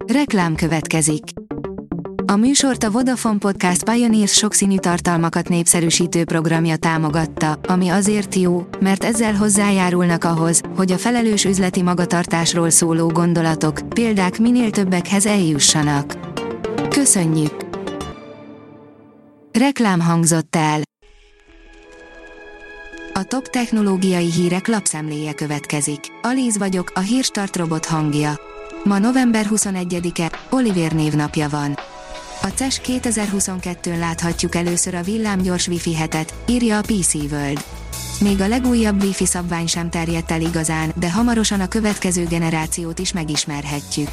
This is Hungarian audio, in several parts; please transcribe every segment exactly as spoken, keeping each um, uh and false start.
Reklám következik. A műsort a Vodafone Podcast Pioneers sokszínű tartalmakat népszerűsítő programja támogatta, ami azért jó, mert ezzel hozzájárulnak ahhoz, hogy a felelős üzleti magatartásról szóló gondolatok, példák minél többekhez eljussanak. Köszönjük! Reklám hangzott el. A top technológiai hírek lapszemléje következik. Alíz vagyok, a Hírstart robot hangja. Ma november huszonegyedike, Olivér névnapja van. A cé e es kétezer-huszonkettőn láthatjuk először a villámgyors Wi-Fi hetet, írja a pé cé World. Még a legújabb Wi-Fi szabvány sem terjedt el igazán, de hamarosan a következő generációt is megismerhetjük.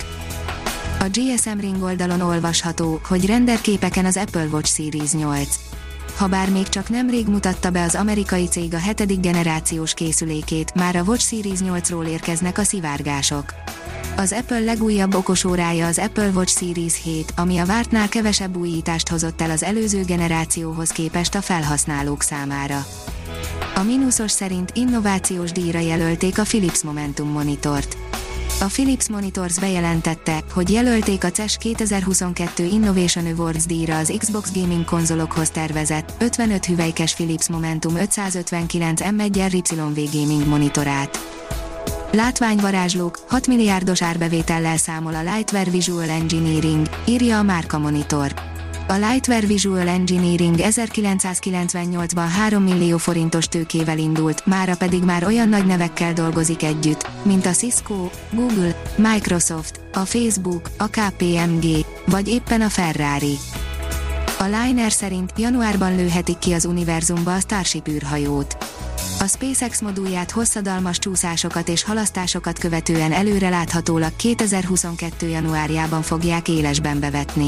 A gé es em Ring oldalon olvasható, hogy renderképeken az Apple Watch Series nyolc. Habár még csak nemrég mutatta be az amerikai cég a hetedik generációs készülékét, már a Watch Series nyolcról érkeznek a szivárgások. Az Apple legújabb okosórája az Apple Watch Series hét, ami a vártnál kevesebb újítást hozott el az előző generációhoz képest a felhasználók számára. A mínuszos szerint innovációs díjra jelölték a Philips Momentum monitort. A Philips Monitors bejelentette, hogy jelölték a cé e es kétezer-huszonkettő Innovation Awards díjra az Xbox Gaming konzolokhoz tervezett, ötvenöt hüvelykes Philips Momentum ötszázötvenkilenc em egy er y vé Gaming monitorát. Látványvarázslók, hat milliárdos árbevétellel számol a Lightware Visual Engineering, írja a Márka Monitor. A Lightware Visual Engineering ezerkilencszázkilencvennyolcban három millió forintos tőkével indult, mára pedig már olyan nagy nevekkel dolgozik együtt, mint a Cisco, Google, Microsoft, a Facebook, a ká pé em gé, vagy éppen a Ferrari. A Liner szerint januárban lőhetik ki az univerzumba a Starship űrhajót. A SpaceX modulját hosszadalmas csúszásokat és halasztásokat követően előreláthatólag kétezer-huszonkettő januárjában fogják élesben bevetni.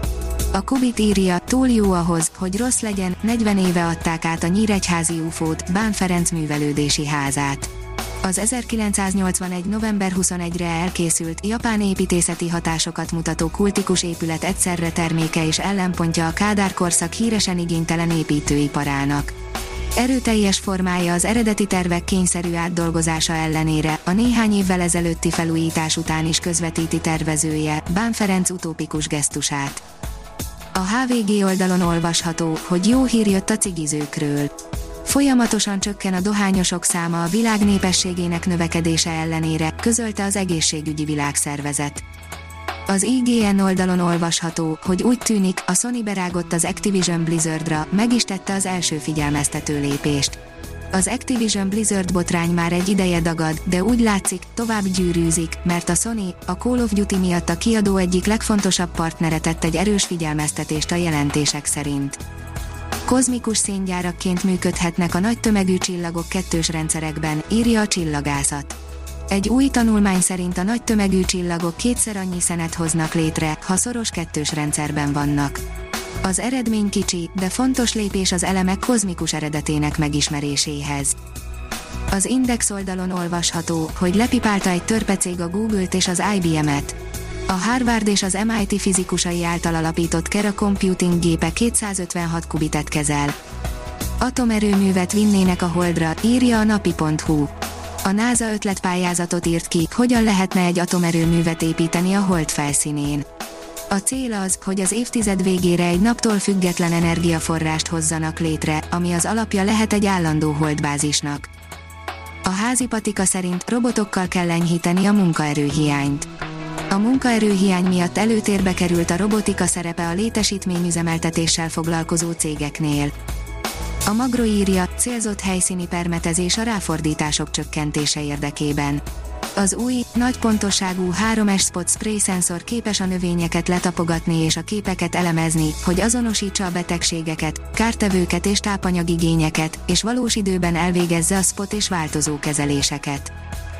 A Kubit írja, túl jó ahhoz, hogy rossz legyen, negyven éve adták át a nyíregyházi ufót, Bán Ferenc művelődési házát. Az ezerkilencszáznyolcvanegy november huszonegyedikére elkészült, japán építészeti hatásokat mutató kultikus épület egyszerre terméke és ellenpontja a Kádár-korszak híresen igénytelen építőiparának. Erőteljes formája az eredeti tervek kényszerű átdolgozása ellenére, a néhány évvel ezelőtti felújítás után is közvetíti tervezője, Bán Ferenc utópikus gesztusát. A há vé gé oldalon olvasható, hogy jó hír jött a cigizőkről. Folyamatosan csökken a dohányosok száma a világ népességének növekedése ellenére, közölte az Egészségügyi Világszervezet. Az i gé en oldalon olvasható, hogy úgy tűnik, a Sony berágott az Activision Blizzardra, meg is tette az első figyelmeztető lépést. Az Activision Blizzard botrány már egy ideje dagad, de úgy látszik, tovább gyűrűzik, mert a Sony, a Call of Duty miatt a kiadó egyik legfontosabb partnere tett egy erős figyelmeztetést a jelentések szerint. Kozmikus széngyárakként működhetnek a nagy tömegű csillagok kettős rendszerekben, írja a Csillagászat. Egy új tanulmány szerint a nagy tömegű csillagok kétszer annyi szenet hoznak létre, ha szoros kettős rendszerben vannak. Az eredmény kicsi, de fontos lépés az elemek kozmikus eredetének megismeréséhez. Az Index oldalon olvasható, hogy lepipálta egy törpecég a Google-t és az i bé em-et. A Harvard és az em i té fizikusai által alapított Kera Computing gépe kétszázötvenhat kubitet kezel. Atomerőművet vinnének a Holdra, írja a napi pont hu. A NASA ötletpályázatot írt ki, hogyan lehetne egy atomerőművet építeni a Hold felszínén. A cél az, hogy az évtized végére egy naptól független energiaforrást hozzanak létre, ami az alapja lehet egy állandó holdbázisnak. A házi patika szerint robotokkal kell enyhíteni a munkaerőhiányt. A munkaerőhiány miatt előtérbe került a robotika szerepe a létesítményüzemeltetéssel foglalkozó cégeknél. A Magro írja, célzott helyszíni permetezés a ráfordítások csökkentése érdekében. Az új, nagy pontosságú három es Spot Spray szenzor képes a növényeket letapogatni és a képeket elemezni, hogy azonosítsa a betegségeket, kártevőket és tápanyagigényeket, és valós időben elvégezze a spot és változó kezeléseket.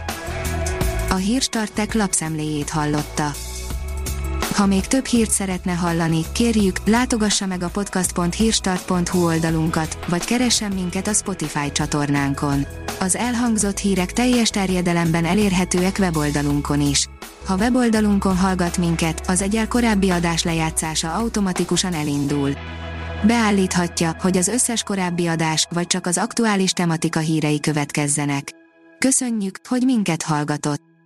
A Hírstart Tech lapszemléjét hallotta. Ha még több hírt szeretne hallani, kérjük, látogassa meg a podcast pont hírstart pont hu oldalunkat, vagy keressen minket a Spotify csatornánkon. Az elhangzott hírek teljes terjedelemben elérhetőek weboldalunkon is. Ha weboldalunkon hallgat minket, az egyel korábbi adás lejátszása automatikusan elindul. Beállíthatja, hogy az összes korábbi adás, vagy csak az aktuális tematika hírei következzenek. Köszönjük, hogy minket hallgatott!